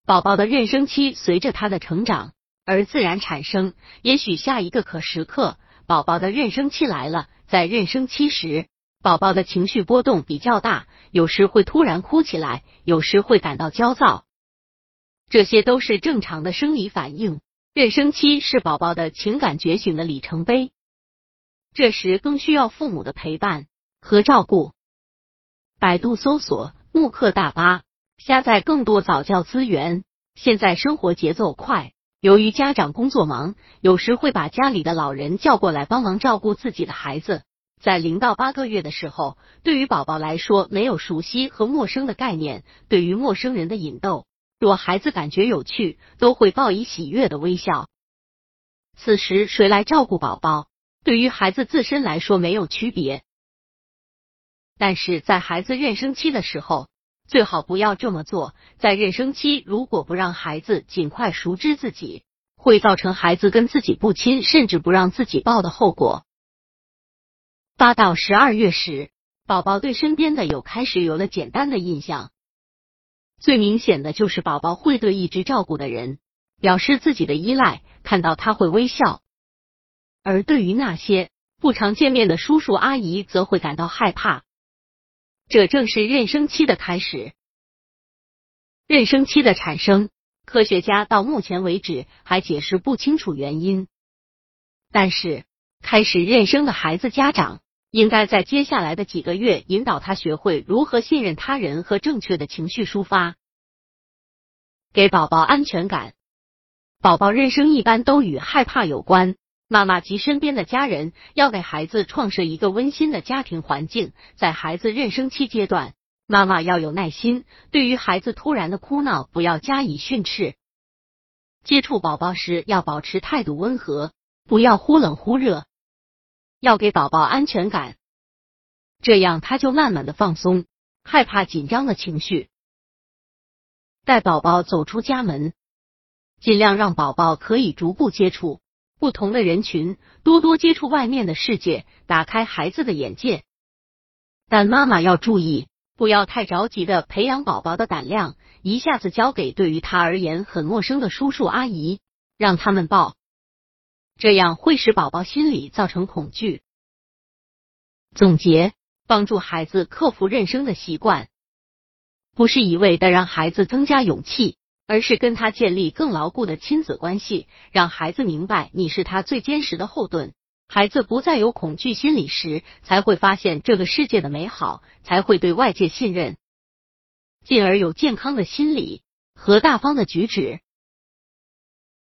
宝宝的妊娠期随着他的成长而自然产生，也许下一个时刻，宝宝的妊娠期来了。在妊娠期时，宝宝的情绪波动比较大，有时会突然哭起来，有时会感到焦躁，这些都是正常的生理反应。妊娠期是宝宝的情感觉醒的里程碑，这时更需要父母的陪伴和照顾。百度搜索慕课大巴，下载更多早教资源。现在生活节奏快，由于家长工作忙，有时会把家里的老人叫过来帮忙照顾自己的孩子。在0到8个月的时候，对于宝宝来说没有熟悉和陌生的概念，对于陌生人的引逗，若孩子感觉有趣，都会报以喜悦的微笑。此时谁来照顾宝宝，对于孩子自身来说没有区别。但是在孩子妊娠期的时候，最好不要这么做。在妊娠期，如果不让孩子尽快熟知自己，会造成孩子跟自己不亲，甚至不让自己抱的后果。8到12月时，宝宝对身边的开始有了简单的印象。最明显的就是宝宝会对一直照顾的人表示自己的依赖，看到他会微笑。而对于那些不常见面的叔叔阿姨，则会感到害怕。这正是妊娠期的开始。妊娠期的产生，科学家到目前为止还解释不清楚原因。但是，开始妊娠的孩子家长应该在接下来的几个月引导他学会如何信任他人和正确的情绪抒发，给宝宝安全感。宝宝妊娠一般都与害怕有关。妈妈及身边的家人要给孩子创设一个温馨的家庭环境。在孩子妊娠期阶段，妈妈要有耐心，对于孩子突然的哭闹不要加以训斥。接触宝宝时要保持态度温和，不要忽冷忽热，要给宝宝安全感，这样他就慢慢的放松害怕紧张的情绪。带宝宝走出家门，尽量让宝宝可以逐步接触不同的人群，多多接触外面的世界，打开孩子的眼界。但妈妈要注意，不要太着急的培养宝宝的胆量，一下子交给对于他而言很陌生的叔叔阿姨，让他们抱，这样会使宝宝心里造成恐惧。总结，帮助孩子克服妊娠的习惯，不是一味的让孩子增加勇气，而是跟他建立更牢固的亲子关系，让孩子明白你是他最坚实的后盾。孩子不再有恐惧心理时，才会发现这个世界的美好，才会对外界信任，进而有健康的心理和大方的举止。